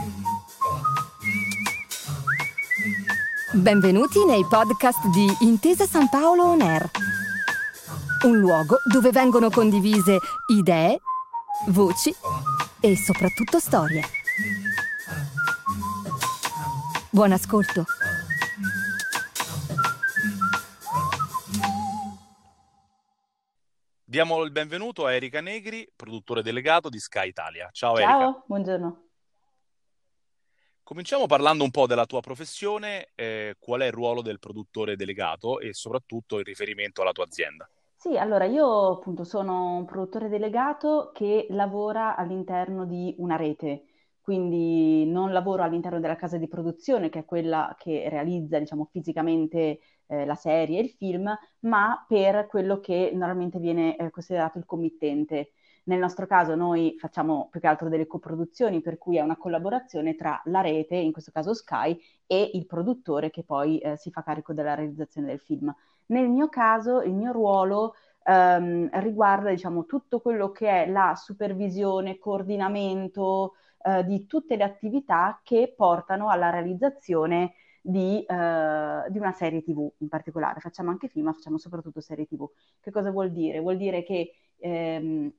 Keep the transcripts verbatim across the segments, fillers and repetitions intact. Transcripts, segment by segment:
Benvenuti nei podcast di Intesa San Paolo On Air, un luogo dove vengono condivise idee, voci e soprattutto storie. Buon ascolto. Diamo il benvenuto a Erika Negri, produttore delegato di Sky Italia. Ciao Erika. Ciao, buongiorno. Cominciamo parlando un po' della tua professione, eh, qual è il ruolo del produttore delegato e soprattutto il riferimento alla tua azienda. Sì, allora io appunto sono un produttore delegato che lavora all'interno di una rete, quindi non lavoro all'interno della casa di produzione, che è quella che realizza, diciamo, fisicamente eh, la serie e il film, ma per quello che normalmente viene eh, considerato il committente. Nel nostro caso noi facciamo più che altro delle coproduzioni, per cui è una collaborazione tra la rete, in questo caso Sky, e il produttore che poi eh, si fa carico della realizzazione del film. Nel mio caso, il mio ruolo ehm, riguarda, diciamo, tutto quello che è la supervisione, coordinamento eh, di tutte le attività che portano alla realizzazione di, eh, di una serie tivù in particolare. Facciamo anche film, ma facciamo soprattutto serie tivù. Che cosa vuol dire? Vuol dire che ehm,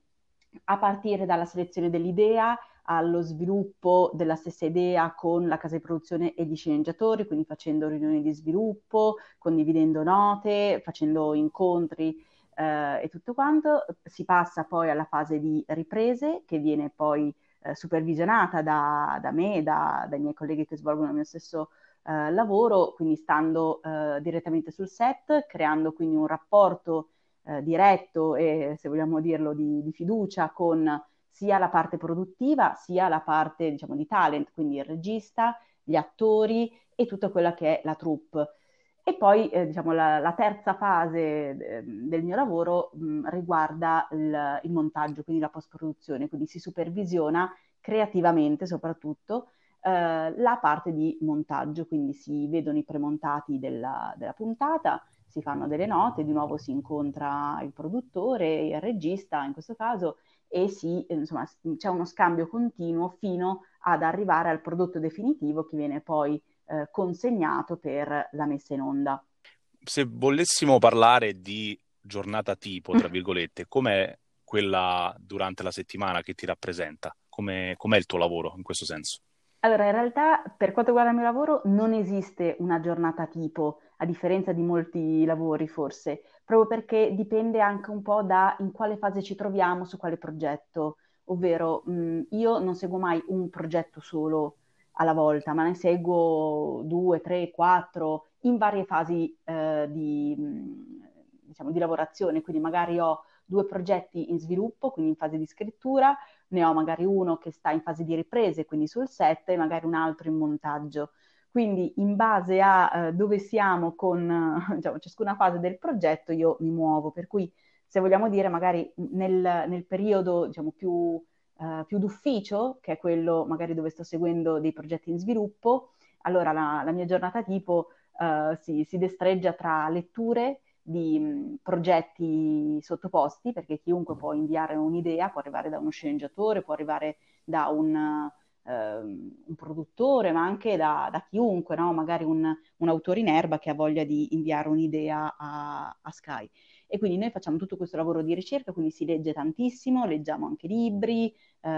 a partire dalla selezione dell'idea, allo sviluppo della stessa idea con la casa di produzione e gli sceneggiatori, quindi facendo riunioni di sviluppo, condividendo note, facendo incontri eh, e tutto quanto. Si passa poi alla fase di riprese, che viene poi eh, supervisionata da, da me, da, dai miei colleghi che svolgono il mio stesso eh, lavoro, quindi stando eh, direttamente sul set, creando quindi un rapporto eh, diretto e, se vogliamo dirlo, di, di fiducia con sia la parte produttiva, sia la parte, diciamo, di talent, quindi il regista, gli attori e tutta quella che è la troupe. E poi, eh, diciamo, la, la terza fase eh, del mio lavoro mh, riguarda il, il montaggio, quindi la post-produzione, quindi si supervisiona creativamente soprattutto eh, la parte di montaggio, quindi si vedono i premontati della, della puntata, si fanno delle note, di nuovo si incontra il produttore, il regista in questo caso, e si, insomma, c'è uno scambio continuo fino ad arrivare al prodotto definitivo che viene poi eh, consegnato per la messa in onda. Se volessimo parlare di giornata tipo, tra virgolette, com'è quella durante la settimana che ti rappresenta? Com'è, com'è il tuo lavoro in questo senso? Allora, in realtà, per quanto riguarda il mio lavoro, non esiste una giornata tipo, a differenza di molti lavori forse, proprio perché dipende anche un po' da in quale fase ci troviamo, su quale progetto. Ovvero, mh, io non seguo mai un progetto solo alla volta, ma ne seguo due, tre, quattro, in varie fasi eh, di, mh, diciamo, di lavorazione. Quindi magari ho due progetti in sviluppo, quindi in fase di scrittura, ne ho magari uno che sta in fase di riprese, quindi sul set, e magari un altro in montaggio. Quindi in base a eh, dove siamo con eh, diciamo, ciascuna fase del progetto, io mi muovo. Per cui, se vogliamo dire, magari nel, nel periodo, diciamo, più, eh, più d'ufficio, che è quello magari dove sto seguendo dei progetti in sviluppo, allora la, la mia giornata tipo eh, si, si destreggia tra letture di mh, progetti sottoposti, perché chiunque può inviare un'idea, può arrivare da uno sceneggiatore, può arrivare da un, eh, un produttore, ma anche da, da chiunque, no? Magari un, un autore in erba che ha voglia di inviare un'idea a, a Sky. E quindi noi facciamo tutto questo lavoro di ricerca, quindi si legge tantissimo, leggiamo anche libri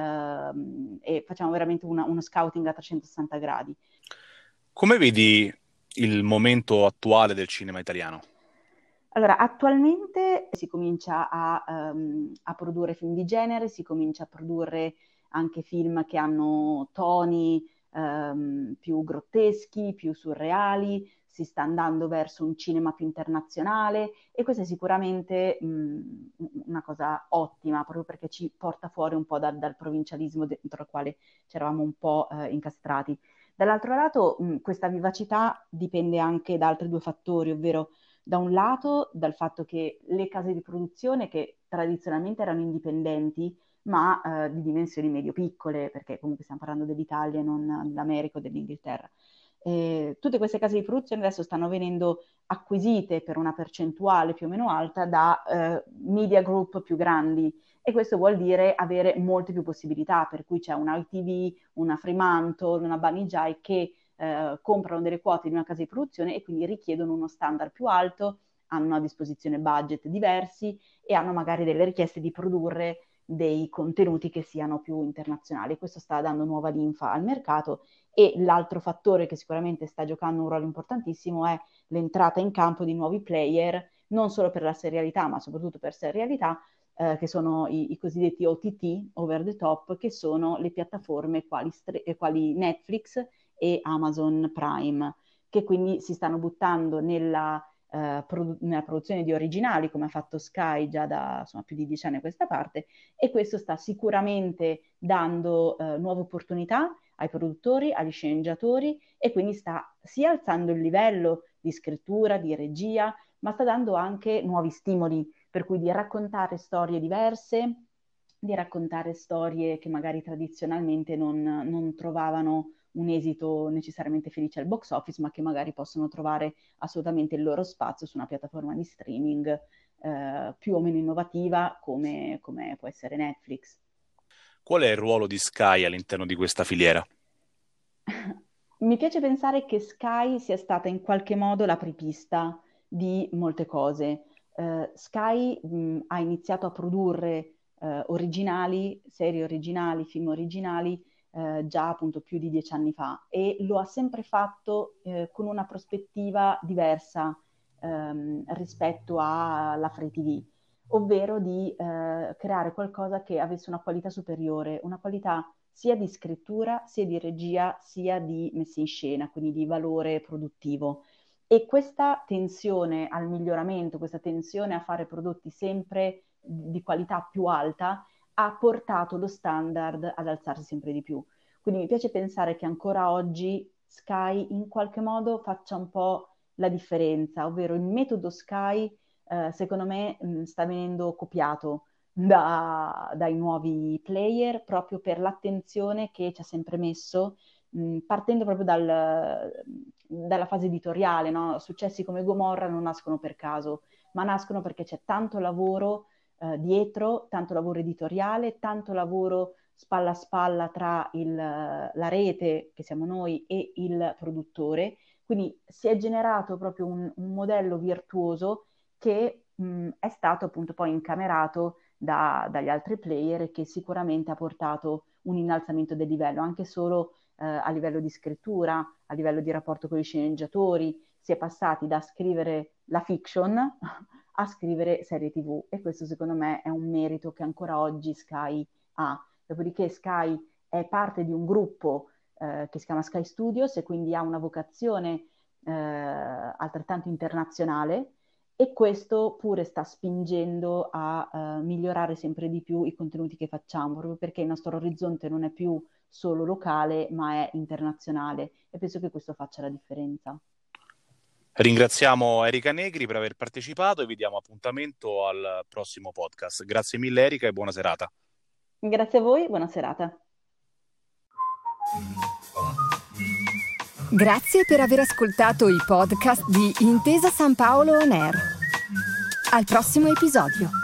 ehm, e facciamo veramente una, uno scouting a trecentosessanta gradi. Come vedi il momento attuale del cinema italiano? Allora, attualmente si comincia a, ehm, a produrre film di genere, si comincia a produrre anche film che hanno toni ehm, più grotteschi, più surreali, si sta andando verso un cinema più internazionale, e questa è sicuramente mh, una cosa ottima, proprio perché ci porta fuori un po' da, dal provincialismo dentro il quale ci eravamo un po' eh, incastrati. Dall'altro lato, mh, questa vivacità dipende anche da altri due fattori, ovvero da un lato dal fatto che le case di produzione, che tradizionalmente erano indipendenti, ma eh, di dimensioni medio-piccole, perché comunque stiamo parlando dell'Italia e non dell'America o dell'Inghilterra, eh, tutte queste case di produzione adesso stanno venendo acquisite per una percentuale più o meno alta da eh, media group più grandi, e questo vuol dire avere molte più possibilità, per cui c'è una I T V, una Fremantle, una Banijay che eh, comprano delle quote di una casa di produzione e quindi richiedono uno standard più alto, hanno a disposizione budget diversi e hanno magari delle richieste di produrre dei contenuti che siano più internazionali. Questo sta dando nuova linfa al mercato, e l'altro fattore che sicuramente sta giocando un ruolo importantissimo è l'entrata in campo di nuovi player, non solo per la serialità, ma soprattutto per serialità, eh, che sono i, i cosiddetti O T T, over the top, che sono le piattaforme quali, stre- quali Netflix e Amazon Prime, che quindi si stanno buttando nella Uh, produ- nella produzione di originali, come ha fatto Sky già da insomma, più di dieci anni a questa parte, e questo sta sicuramente dando uh, nuove opportunità ai produttori, agli sceneggiatori, e quindi sta sia alzando il livello di scrittura, di regia, ma sta dando anche nuovi stimoli, per cui di raccontare storie diverse, di raccontare storie che magari tradizionalmente non, non trovavano un esito necessariamente felice al box office, ma che magari possono trovare assolutamente il loro spazio su una piattaforma di streaming eh, più o meno innovativa come, come può essere Netflix. Qual è il ruolo di Sky all'interno di questa filiera? Mi piace pensare che Sky sia stata in qualche modo l'apripista di molte cose. Uh, Sky mh, ha iniziato a produrre uh, originali, serie originali, film originali, Eh, già appunto più di dieci anni fa, e lo ha sempre fatto eh, con una prospettiva diversa ehm, rispetto alla Free T V, ovvero di eh, creare qualcosa che avesse una qualità superiore, una qualità sia di scrittura, sia di regia, sia di messa in scena, quindi di valore produttivo. E questa tensione al miglioramento, questa tensione a fare prodotti sempre di qualità più alta, ha portato lo standard ad alzarsi sempre di più. Quindi mi piace pensare che ancora oggi Sky in qualche modo faccia un po' la differenza, ovvero il metodo Sky eh, secondo me mh, sta venendo copiato da, dai nuovi player proprio per l'attenzione che ci ha sempre messo, mh, partendo proprio dal, dalla fase editoriale, no? Successi come Gomorra non nascono per caso, ma nascono perché c'è tanto lavoro Uh, dietro, tanto lavoro editoriale, tanto lavoro spalla a spalla tra il, la rete, che siamo noi, e il produttore. Quindi si è generato proprio un, un modello virtuoso che mh, è stato appunto poi incamerato da, dagli altri player, e che sicuramente ha portato un innalzamento del livello, anche solo uh, a livello di scrittura, a livello di rapporto con gli sceneggiatori. Si è passati da scrivere la fiction a scrivere serie tivù, e questo secondo me è un merito che ancora oggi Sky ha. Dopodiché Sky è parte di un gruppo eh, che si chiama Sky Studios, e quindi ha una vocazione eh, altrettanto internazionale, e questo pure sta spingendo a uh, migliorare sempre di più i contenuti che facciamo, proprio perché il nostro orizzonte non è più solo locale, ma è internazionale, e penso che questo faccia la differenza. Ringraziamo Erika Negri per aver partecipato e vi diamo appuntamento al prossimo podcast. Grazie mille Erika e buona serata. Grazie a voi, buona serata. Grazie per aver ascoltato i podcast di Intesa San Paolo On Air. Al prossimo episodio.